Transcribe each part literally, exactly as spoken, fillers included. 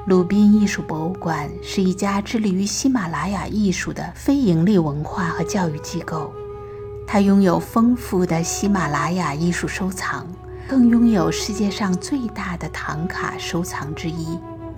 鲁宾艺术博物馆是一家致力于喜马拉雅艺术的非营利文化和教育机构，它拥有丰富的喜马拉雅艺术收藏，更拥有世界上最大的唐卡收藏之一。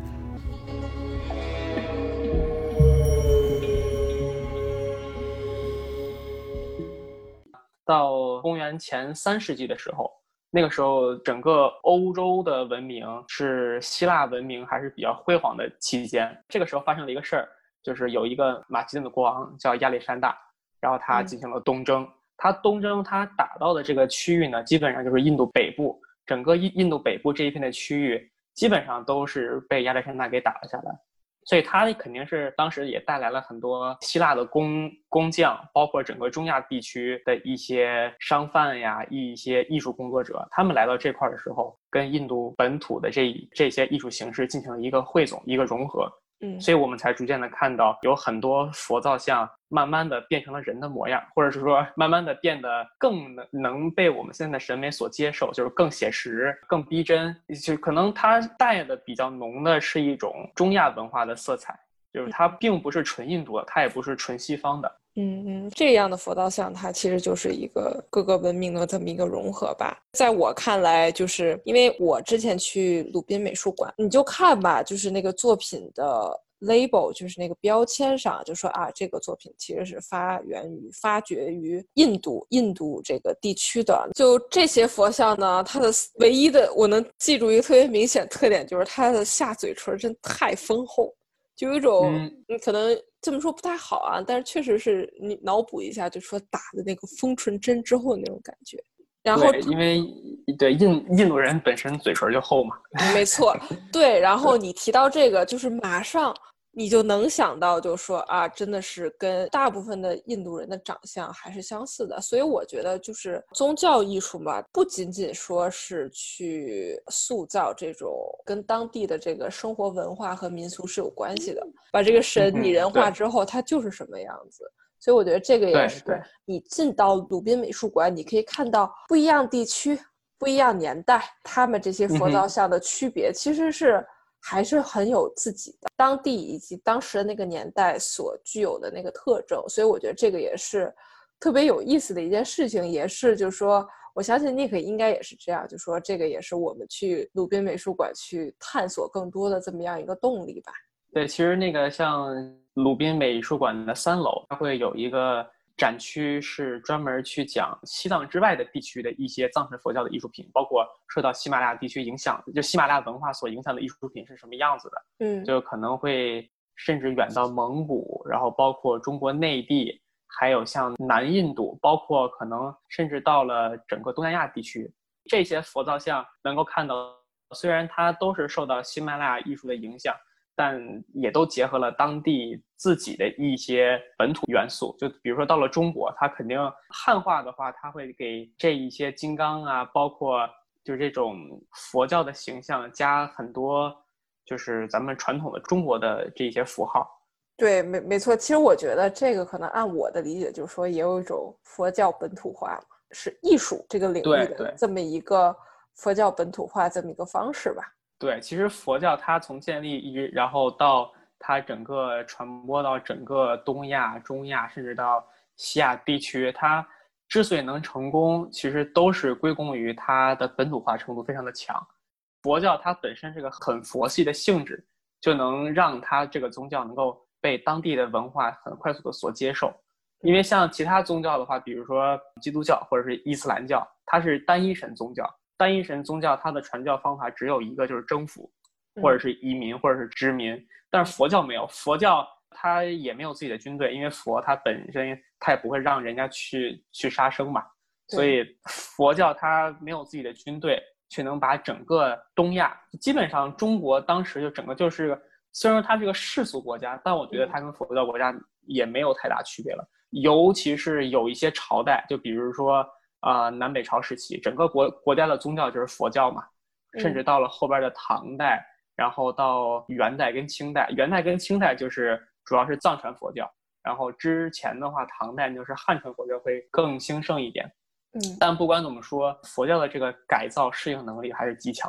到公元前三世纪的时候，那个时候整个欧洲的文明是希腊文明还是比较辉煌的期间。这个时候发生了一个事儿，就是有一个马其顿的国王叫亚历山大，然后他进行了东征。嗯、他东征他打到的这个区域呢，基本上就是印度北部，整个印度北部这一片的区域基本上都是被亚历山大给打了下来。所以他肯定是当时也带来了很多希腊的工工匠，包括整个中亚地区的一些商贩呀，一些艺术工作者，他们来到这块的时候，跟印度本土的这这些艺术形式进行了一个汇总，一个融合。嗯，所以我们才逐渐的看到有很多佛造像慢慢的变成了人的模样，或者是说慢慢的变得更能能被我们现在的审美所接受，就是更写实更逼真，就可能它带的比较浓的是一种中亚文化的色彩，就是它并不是纯印度的，它也不是纯西方的。 嗯嗯，这样的佛造像它其实就是一个各个文明的这么一个融合吧。在我看来，就是因为我之前去鲁宾美术馆，你就看吧，就是那个作品的 label， 就是那个标签上就说啊，这个作品其实是发源于发掘于印度印度这个地区的。就这些佛像呢，它的唯一的我能记住一个特别明显特点，就是它的下嘴唇真太丰厚，就有一种、嗯、你可能这么说不太好啊，但是确实是你脑补一下，就说打的那个丰唇针之后的那种感觉。然后对，因为对印印度人本身嘴唇就厚嘛。 没错，对。然后你提到这个，就是马上你就能想到，就说啊，真的是跟大部分的印度人的长相还是相似的。所以我觉得，就是宗教艺术嘛，不仅仅说是去塑造这种跟当地的这个生活文化和民俗是有关系的。把这个神拟人化之后，嗯、它就是什么样子。所以我觉得这个也是你进到鲁宾美术馆，你可以看到不一样地区、不一样年代，他们这些佛造像的区别，其实是还是很有自己的当地以及当时的那个年代所具有的那个特征。所以我觉得这个也是特别有意思的一件事情，也是就是说，我相信Nick应该也是这样，就说这个也是我们去鲁宾美术馆去探索更多的这么样一个动力吧。 对，其实那个像鲁宾美术馆的三楼，它会有一个展区是专门去讲西藏之外的地区的一些藏传佛教的艺术品，包括受到喜马拉雅地区影响，就喜马拉雅文化所影响的艺术品是什么样子的。嗯，就可能会甚至远到蒙古，然后包括中国内地，还有像南印度，包括可能甚至到了整个东南亚地区，这些佛造像能够看到，虽然它都是受到喜马拉雅艺术的影响，但也都结合了当地自己的一些本土元素。就比如说到了中国，它肯定汉化的话，它会给这一些金刚啊，包括就是这种佛教的形象加很多就是咱们传统的中国的这些符号。 对，没没错。其实我觉得这个可能按我的理解，就是说也有一种佛教本土化嘛，是艺术这个领域的这么一个佛教本土化这么一个方式吧。 对，其实佛教它从建立一直，然后到它整个传播到整个东亚、中亚，甚至到西亚地区，它之所以能成功，其实都是归功于它的本土化程度非常的强。佛教它本身是个很佛系的性质，就能让它这个宗教能够被当地的文化很快速的所接受。因为像其他宗教的话，比如说基督教或者是伊斯兰教，它是单一神宗教。单一神宗教它的传教方法只有一个，就是征服或者是移民或者是殖民。但是佛教没有，佛教它也没有自己的军队，因为佛它本身它也不会让人家去去杀生嘛，所以佛教它没有自己的军队，却能把整个东亚，基本上中国当时就整个就是，虽然它是个世俗国家，但我觉得它跟佛教国家也没有太大区别了。尤其是有一些朝代，就比如说啊、呃，南北朝时期，整个国国家的宗教就是佛教嘛，甚至到了后边的唐代，嗯、然后到元代跟清代，元代跟清代就是主要是藏传佛教，然后之前的话，唐代就是汉传佛教会更兴盛一点。嗯，但不管怎么说，佛教的这个改造适应能力还是极强的。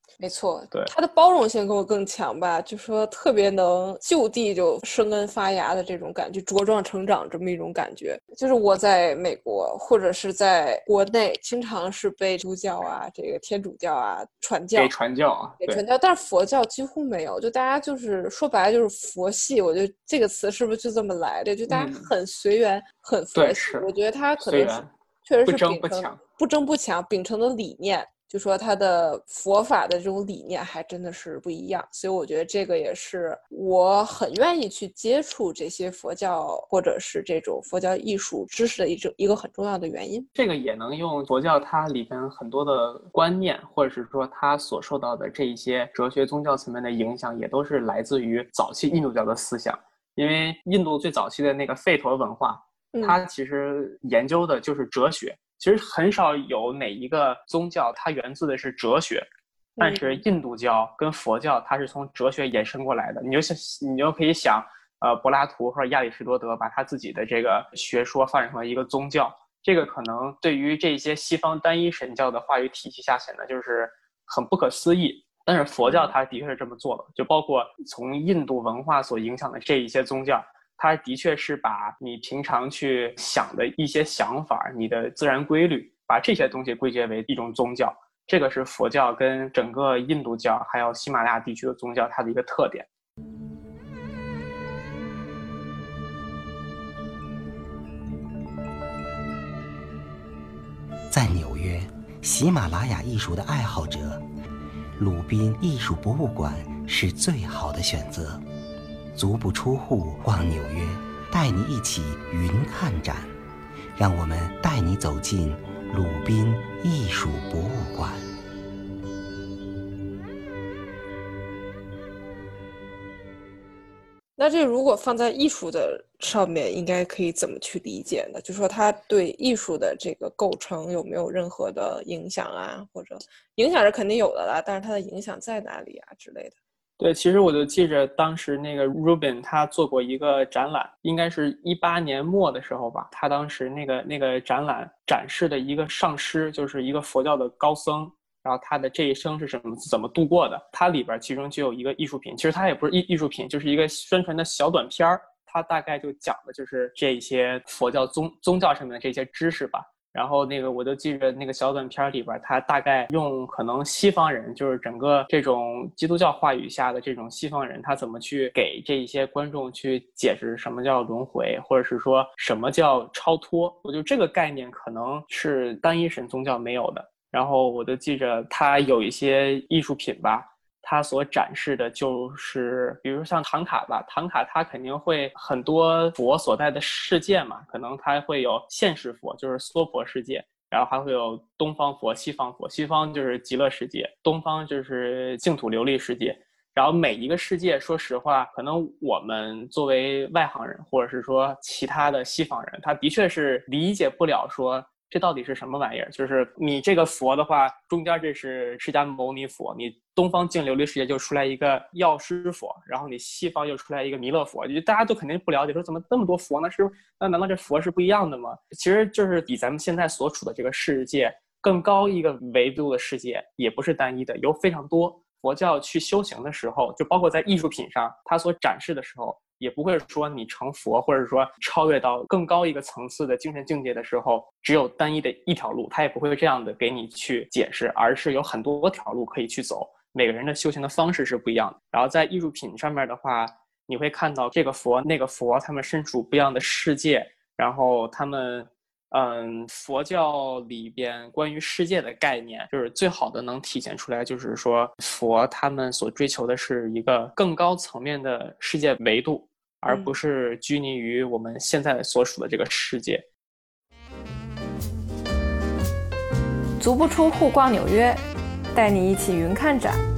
没错， 对， 它的包容性更更强吧，就说特别能就地就生根发芽的这种感觉，茁壮成长这么一种感觉。就是我在美国或者是在国内，经常是被基督教啊、这个天主教啊传教， 给传教啊， 给传教，但是佛教几乎没有，就大家就是说白了就是佛系，我觉得这个词是不是就这么来的？就大家很随缘，嗯、很佛系。我觉得他可能是确实是秉承不争不抢，秉承的理念。就说他的佛法的这种理念还真的是不一样，所以我觉得这个也是我很愿意去接触这些佛教或者是这种佛教艺术知识的一种一个很重要的原因。 这个也能用佛教它里边很多的观念，或者是说它所受到的这一些哲学宗教层面的影响，也都是来自于早期印度教的思想。因为印度最早期的那个吠陀文化，它其实研究的就是哲学。嗯，其实很少有哪一个宗教它源自的是哲学，但是印度教跟佛教它是从哲学延伸过来的。你就你就可以想，呃，柏拉图或者亚里士多德把他自己的这个学说发展成了一个宗教，这个可能对于这些西方单一神教的话语体系下显得就是很不可思议。但是佛教它的确是这么做的，就包括从印度文化所影响的这一些宗教。它的确是把你平常去想的一些想法，你的自然规律，把这些东西归结为一种宗教。这个是佛教跟整个印度教还有喜马拉雅地区的宗教它的一个特点。 在纽约，喜马拉雅艺术的爱好者，鲁宾艺术博物馆是最好的选择。足不出户逛纽约，带你一起云看展，让我们带你走进鲁宾艺术博物馆。 那这如果放在艺术的上面，应该可以怎么去理解呢？就说它对艺术的这个构成有没有任何的影响啊？或者影响是肯定有的啦，但是它的影响在哪里啊之类的？ 对，其实我就记着当时那个 Rubin 他做过一个展览，应该是一八年末的时候吧。他当时那个那个展览展示的一个上师，就是一个佛教的高僧，然后他的这一生是什么怎么度过的。它里边其中就有一个艺术品，其实它也不是艺艺术品，就是一个宣传的小短片儿。它大概就讲的就是这些佛教宗宗教上面的这些知识吧。然后那个我就记着那个小短片里边，他大概用可能西方人，就是整个这种基督教话语下的这种西方人，他怎么去给这一些观众去解释什么叫轮回，或者是说什么叫超脱。我觉得这个概念可能是单一神宗教没有的。然后我就记着他有一些艺术品吧，它所展示的就是比如像唐卡吧，唐卡它肯定会很多佛所在的世界嘛，可能它会有现世佛，就是娑婆世界，然后还会有东方佛、西方佛，西方就是极乐世界，东方就是净土琉璃世界。然后每一个世界说实话，可能我们作为外行人或者是说其他的西方人，他的确是理解不了说这到底是什么玩意儿？就是你这个佛的话，中间这是释迦牟尼佛，你东方净琉璃世界就出来一个药师佛，然后你西方又出来一个弥勒佛，就大家都肯定不了解，说怎么那么多佛呢？是那难道这佛是不一样的吗？其实就是比咱们现在所处的这个世界更高一个维度的世界，也不是单一的，有非常多。佛教去修行的时候，就包括在艺术品上，它所展示的时候，也不会说你成佛，或者说超越到更高一个层次的精神境界的时候，只有单一的一条路，它也不会这样的给你去解释，而是有很多条路可以去走，每个人的修行的方式是不一样的。然后在艺术品上面的话，你会看到这个佛那个佛，他们身处不一样的世界，然后他们嗯，佛教里边关于世界的概念，就是最好的能体现出来，就是说佛他们所追求的是一个更高层面的世界维度，而不是拘泥于我们现在所属的这个世界。 足不出户逛纽约，带你一起云看展。